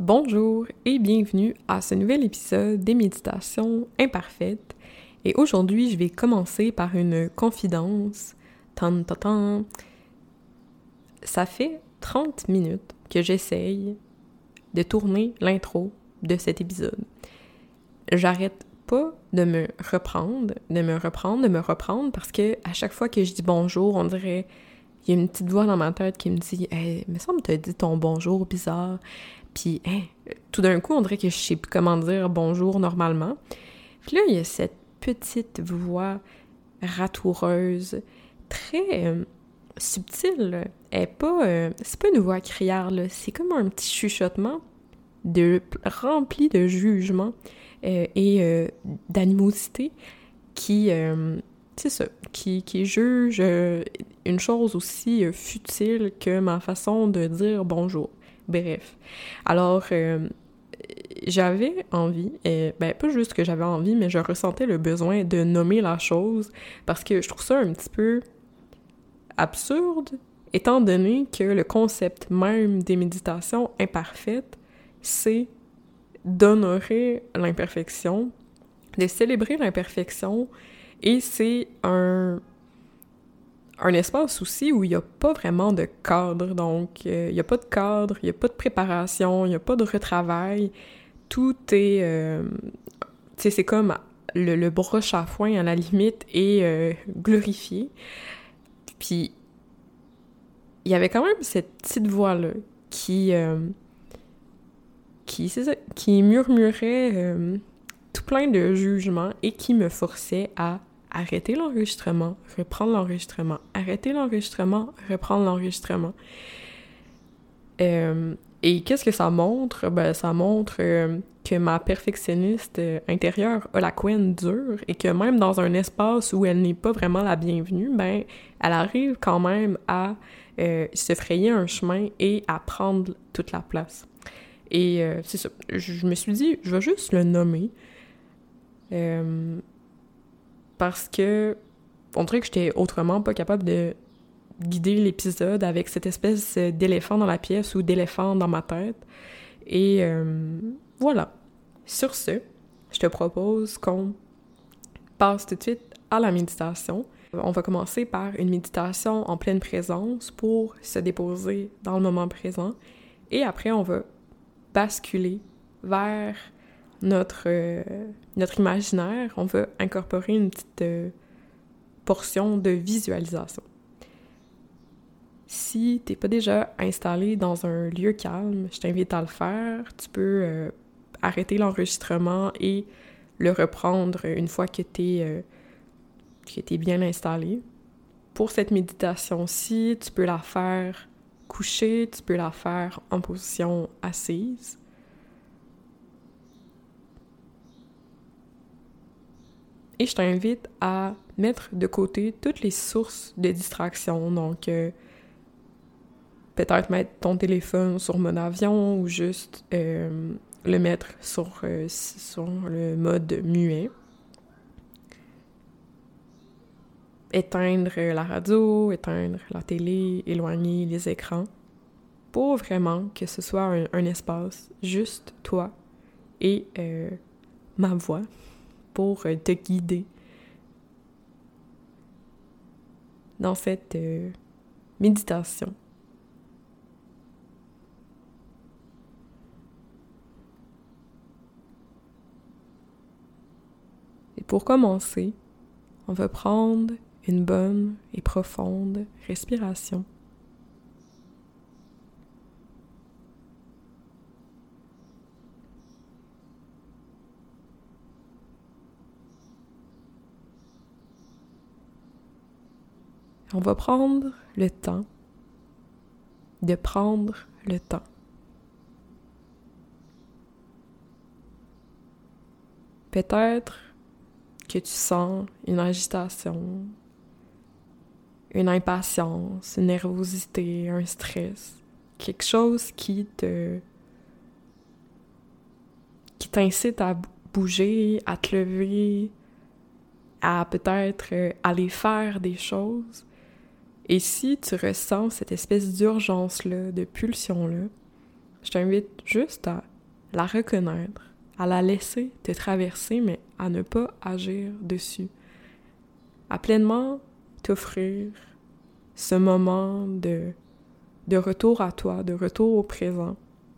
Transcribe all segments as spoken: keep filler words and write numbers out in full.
Bonjour et bienvenue à ce nouvel épisode des Méditations imparfaites. Et aujourd'hui, je vais commencer par une confidence. Tan, tan, tan. Ça fait trente minutes que j'essaye de tourner l'intro de cet épisode. J'arrête pas de me reprendre, de me reprendre, de me reprendre parce que à chaque fois que je dis bonjour, on dirait il y a une petite voix dans ma tête qui me dit « Hey, il me semble que t'as dit ton bonjour bizarre. » Puis, hein, tout d'un coup, on dirait que je sais plus comment dire bonjour normalement. Puis là, il y a cette petite voix ratoureuse, très euh, subtile. Elle est pas, euh, c'est pas une voix criarde, là. C'est comme un petit chuchotement de, rempli de jugement euh, et euh, d'animosité qui, euh, c'est ça, qui, qui juge euh, une chose aussi euh, futile que ma façon de dire bonjour. Bref. Alors, euh, j'avais envie, et, ben pas juste que j'avais envie, mais je ressentais le besoin de nommer la chose parce que je trouve ça un petit peu absurde, étant donné que le concept même des méditations imparfaites, c'est d'honorer l'imperfection, de célébrer l'imperfection, et c'est un... un espace aussi où il n'y a pas vraiment de cadre, donc euh, il n'y a pas de cadre, il n'y a pas de préparation, il n'y a pas de retravail, tout est... Euh, tu sais, c'est comme le, le broche à foin à la limite est euh, glorifié. Puis, il y avait quand même cette petite voix-là qui... Euh, qui, c'est ça, qui murmurait euh, tout plein de jugements et qui me forçait à arrêter l'enregistrement, reprendre l'enregistrement, arrêter l'enregistrement, reprendre l'enregistrement. Euh, et qu'est-ce que ça montre? Ben, ça montre euh, que ma perfectionniste euh, intérieure a la couenne dure et que même dans un espace où elle n'est pas vraiment la bienvenue, ben, elle arrive quand même à euh, se frayer un chemin et à prendre toute la place. Et euh, c'est ça. Je me suis dit, je vais juste le nommer. Euh, parce que on dirait que j'étais autrement pas capable de guider l'épisode avec cette espèce d'éléphant dans la pièce ou d'éléphant dans ma tête. Et euh, voilà. Sur ce, je te propose qu'on passe tout de suite à la méditation. On va commencer par une méditation en pleine présence pour se déposer dans le moment présent. Et après, on va basculer vers notre, euh, notre imaginaire. On va incorporer une petite euh, portion de visualisation. Si t'es pas déjà installé dans un lieu calme, je t'invite à le faire. Tu peux euh, arrêter l'enregistrement et le reprendre une fois que t'es, euh, que t'es bien installé. Pour cette méditation-ci, tu peux la faire couchée, tu peux la faire en position assise. Et je t'invite à mettre de côté toutes les sources de distraction. Donc, euh, peut-être mettre ton téléphone sur mode avion ou juste euh, le mettre sur, euh, sur le mode muet. Éteindre la radio, éteindre la télé, éloigner les écrans. Pour vraiment que ce soit un, un espace juste toi et euh, ma voix pour euh, te guider dans cette euh, méditation. Et pour commencer, on va prendre une bonne et profonde respiration. On va prendre le temps de prendre le temps. Peut-être que tu sens une agitation, une impatience, une nervosité, un stress, quelque chose qui te qui t'incite à bouger, à te lever, à peut-être aller faire des choses. Et si tu ressens cette espèce d'urgence-là, de pulsion-là, je t'invite juste à la reconnaître, à la laisser te traverser, mais à ne pas agir dessus. À pleinement t'offrir ce moment de, de retour à toi, de retour au présent.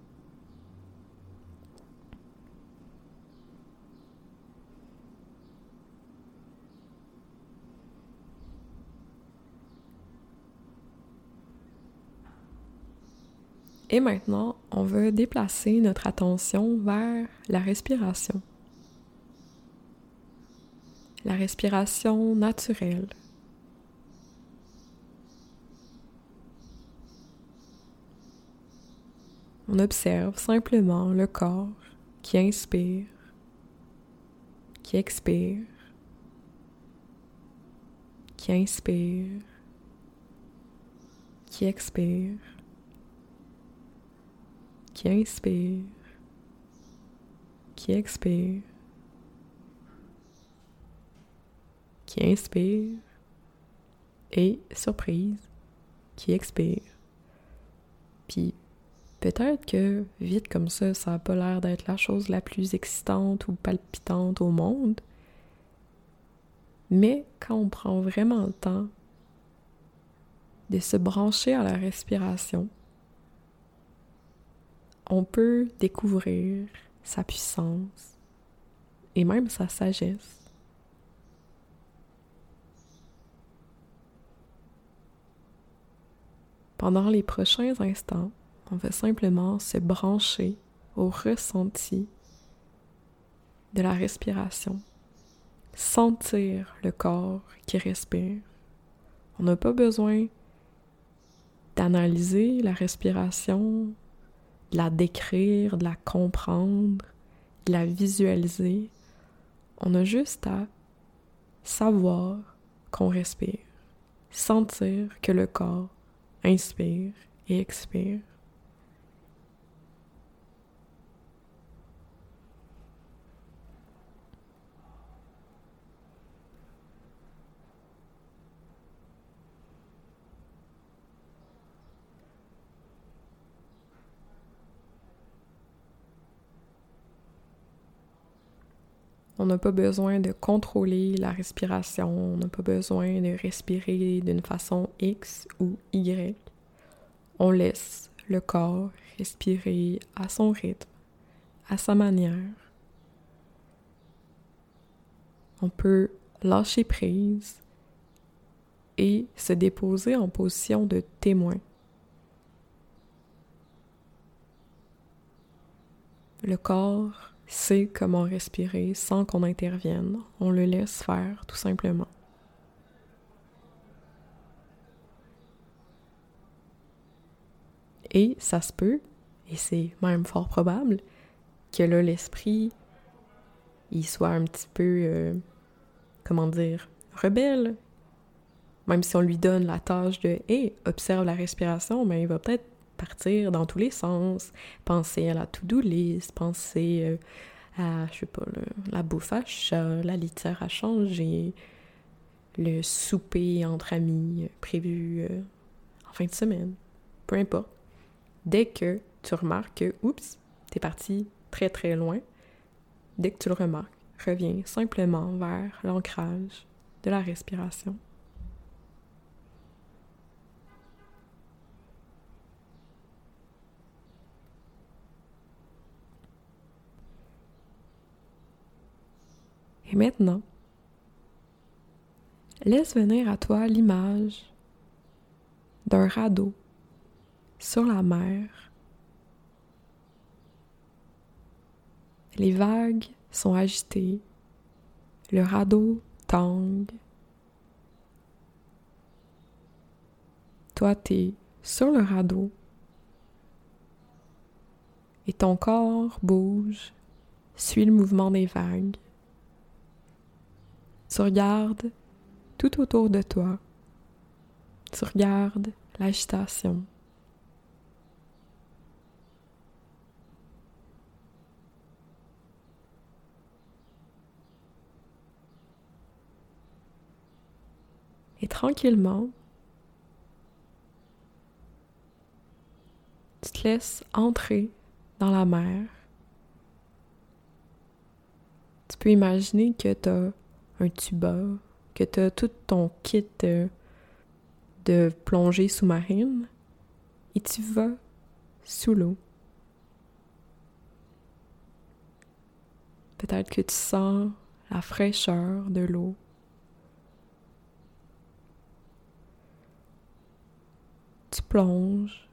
Et maintenant, on va déplacer notre attention vers la respiration. La respiration naturelle. On observe simplement le corps qui inspire, qui expire, qui inspire, qui expire, qui inspire, qui expire, qui inspire et, surprise, qui expire. Puis peut-être que vite comme ça, ça n'a pas l'air d'être la chose la plus excitante ou palpitante au monde, mais quand on prend vraiment le temps de se brancher à la respiration, on peut découvrir sa puissance et même sa sagesse. Pendant les prochains instants, on va simplement se brancher au ressenti de la respiration, sentir le corps qui respire. On n'a pas besoin d'analyser la respiration, de la décrire, de la comprendre, de la visualiser. On a juste à savoir qu'on respire, sentir que le corps inspire et expire. On n'a pas besoin de contrôler la respiration, on n'a pas besoin de respirer d'une façon X ou Y. On laisse le corps respirer à son rythme, à sa manière. On peut lâcher prise et se déposer en position de témoin. Le corps sait comment respirer sans qu'on intervienne. On le laisse faire, tout simplement. Et ça se peut, et c'est même fort probable, que là, l'esprit, il soit un petit peu, euh, comment dire, rebelle. Même si on lui donne la tâche de « Hey, observe la respiration », mais il va peut-être partir dans tous les sens, penser à la to-do list, penser euh, à, je sais pas, le, la bouffe à chat, la litière à changer, le souper entre amis euh, prévu euh, en fin de semaine, peu importe. Dès que tu remarques que, oups, t'es parti très très loin, dès que tu le remarques, reviens simplement vers l'ancrage de la respiration. Et maintenant, laisse venir à toi l'image d'un radeau sur la mer. Les vagues sont agitées, le radeau tangue. Toi, t'es sur le radeau et ton corps bouge, suit le mouvement des vagues. Tu regardes tout autour de toi. Tu regardes l'agitation. Et tranquillement, tu te laisses entrer dans la mer Tu peux imaginer que tu as un tuba, que tu as tout ton kit euh, de plongée sous-marine et tu vas sous l'eau. Peut-être que tu sens la fraîcheur de l'eau. Tu plonges.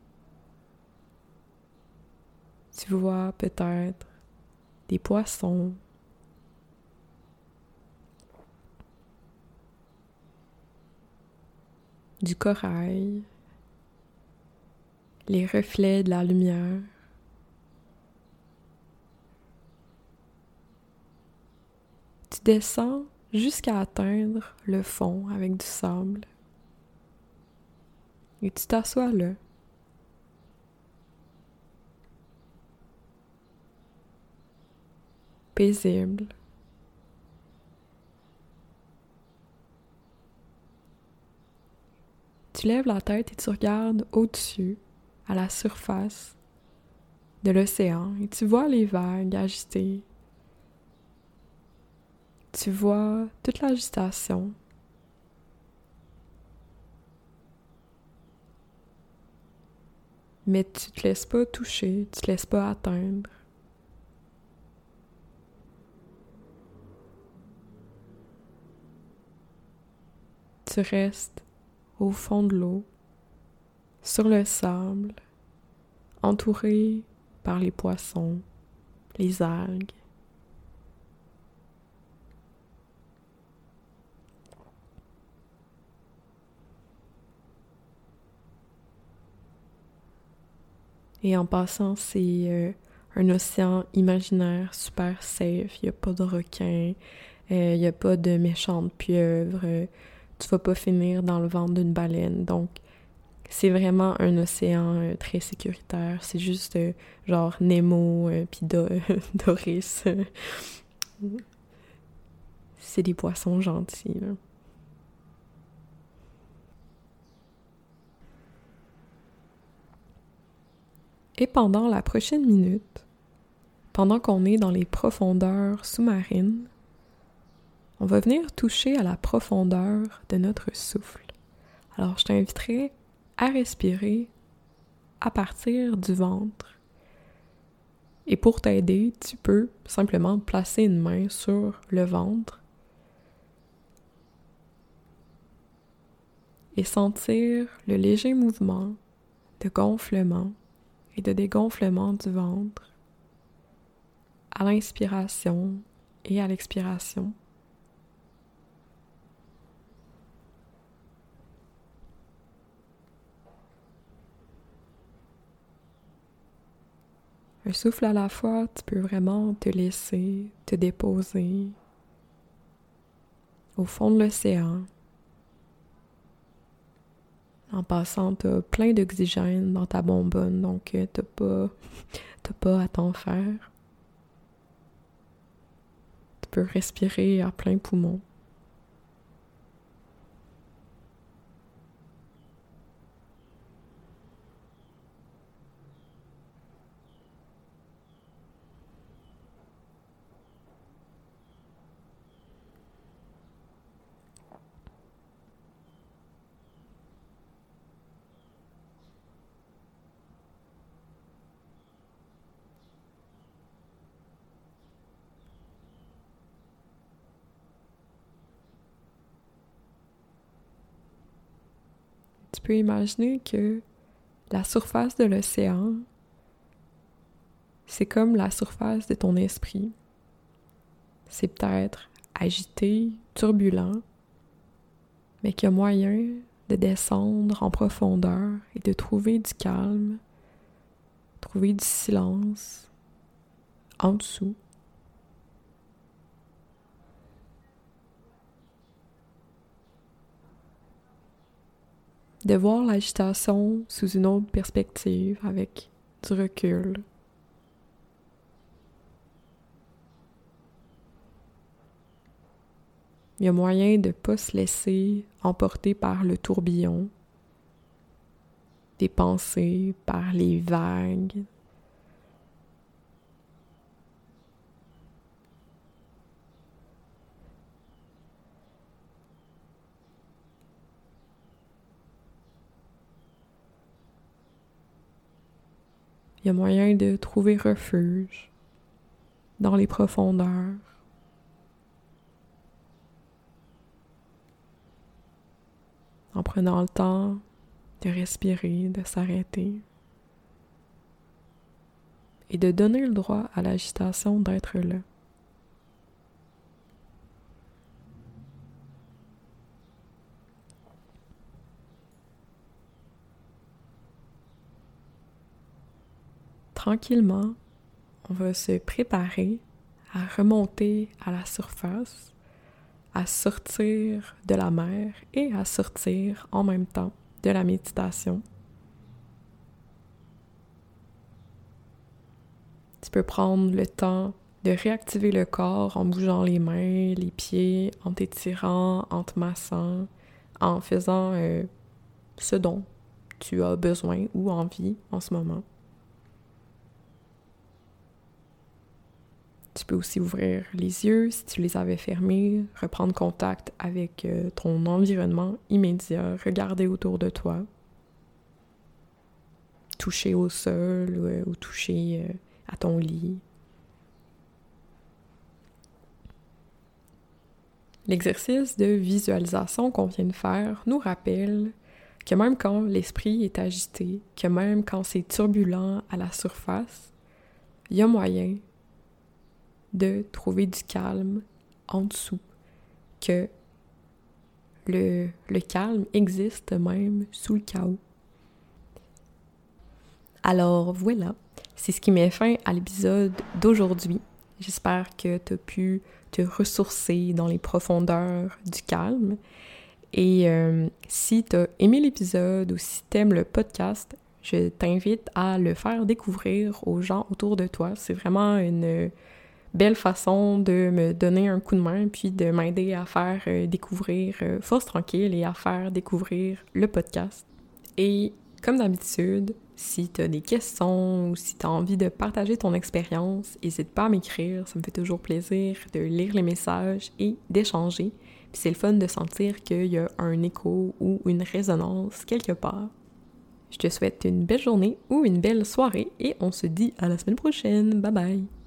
Tu vois peut-être des poissons. Du corail. Les reflets de la lumière. Tu descends jusqu'à atteindre le fond avec du sable. Et tu t'assois là. Paisible. Tu lèves la tête et tu regardes au-dessus, à la surface de l'océan, et tu vois les vagues agitées. Tu vois toute l'agitation. Mais tu te laisses pas toucher, tu te laisses pas atteindre. Tu restes au fond de l'eau, sur le sable, entouré par les poissons, les algues. Et en passant, c'est euh, un océan imaginaire super safe. Il n'y a pas de requins, il n'y a pas de méchantes pieuvres. Euh, tu vas pas finir dans le ventre d'une baleine. Donc, c'est vraiment un océan euh, très sécuritaire. C'est juste euh, genre Nemo euh, puis Do- Doris. C'est des poissons gentils, là. Et pendant la prochaine minute, pendant qu'on est dans les profondeurs sous-marines, on va venir toucher à la profondeur de notre souffle. Alors, je t'inviterai à respirer à partir du ventre. Et pour t'aider, tu peux simplement placer une main sur le ventre et sentir le léger mouvement de gonflement et de dégonflement du ventre à l'inspiration et à l'expiration. Un souffle à la fois, tu peux vraiment te laisser te déposer au fond de l'océan. En passant, tu as plein d'oxygène dans ta bonbonne, donc tu n'as pas, t'as pas à t'en faire. Tu peux respirer à plein poumon. Tu peux imaginer que la surface de l'océan, c'est comme la surface de ton esprit. C'est peut-être agité, turbulent, mais qu'il y a moyen de descendre en profondeur et de trouver du calme, trouver du silence en dessous. De voir l'agitation sous une autre perspective avec du recul. Il y a moyen de ne pas se laisser emporter par le tourbillon des pensées, par les vagues. il y a moyen de trouver refuge dans les profondeurs. En prenant le temps de respirer, de s'arrêter et de donner le droit à l'agitation d'être là. Tranquillement, on va se préparer à remonter à la surface, à sortir de la mer et à sortir en même temps de la méditation. Tu peux prendre le temps de réactiver le corps en bougeant les mains, les pieds, en t'étirant, en te massant, en faisant euh, ce dont tu as besoin ou envie en ce moment. Tu peux aussi ouvrir les yeux si tu les avais fermés, reprendre contact avec euh, ton environnement immédiat, regarder autour de toi, toucher au sol ou, ou toucher euh, à ton lit. L'exercice de visualisation qu'on vient de faire nous rappelle que même quand l'esprit est agité, que même quand c'est turbulent à la surface, il y a moyen de trouver du calme en dessous, que le, le calme existe même sous le chaos. Alors voilà, c'est ce qui met fin à l'épisode d'aujourd'hui. J'espère que tu as pu te ressourcer dans les profondeurs du calme. Et euh, si tu as aimé l'épisode ou si tu aimes le podcast, je t'invite à le faire découvrir aux gens autour de toi. C'est vraiment une belle façon de me donner un coup de main puis de m'aider à faire euh, découvrir euh, Force Tranquille et à faire découvrir le podcast. Et comme d'habitude, si tu as des questions ou si tu as envie de partager ton expérience, n'hésite pas à m'écrire, ça me fait toujours plaisir de lire les messages et d'échanger. Puis c'est le fun de sentir qu'il y a un écho ou une résonance quelque part. Je te souhaite une belle journée ou une belle soirée et on se dit à la semaine prochaine. Bye bye!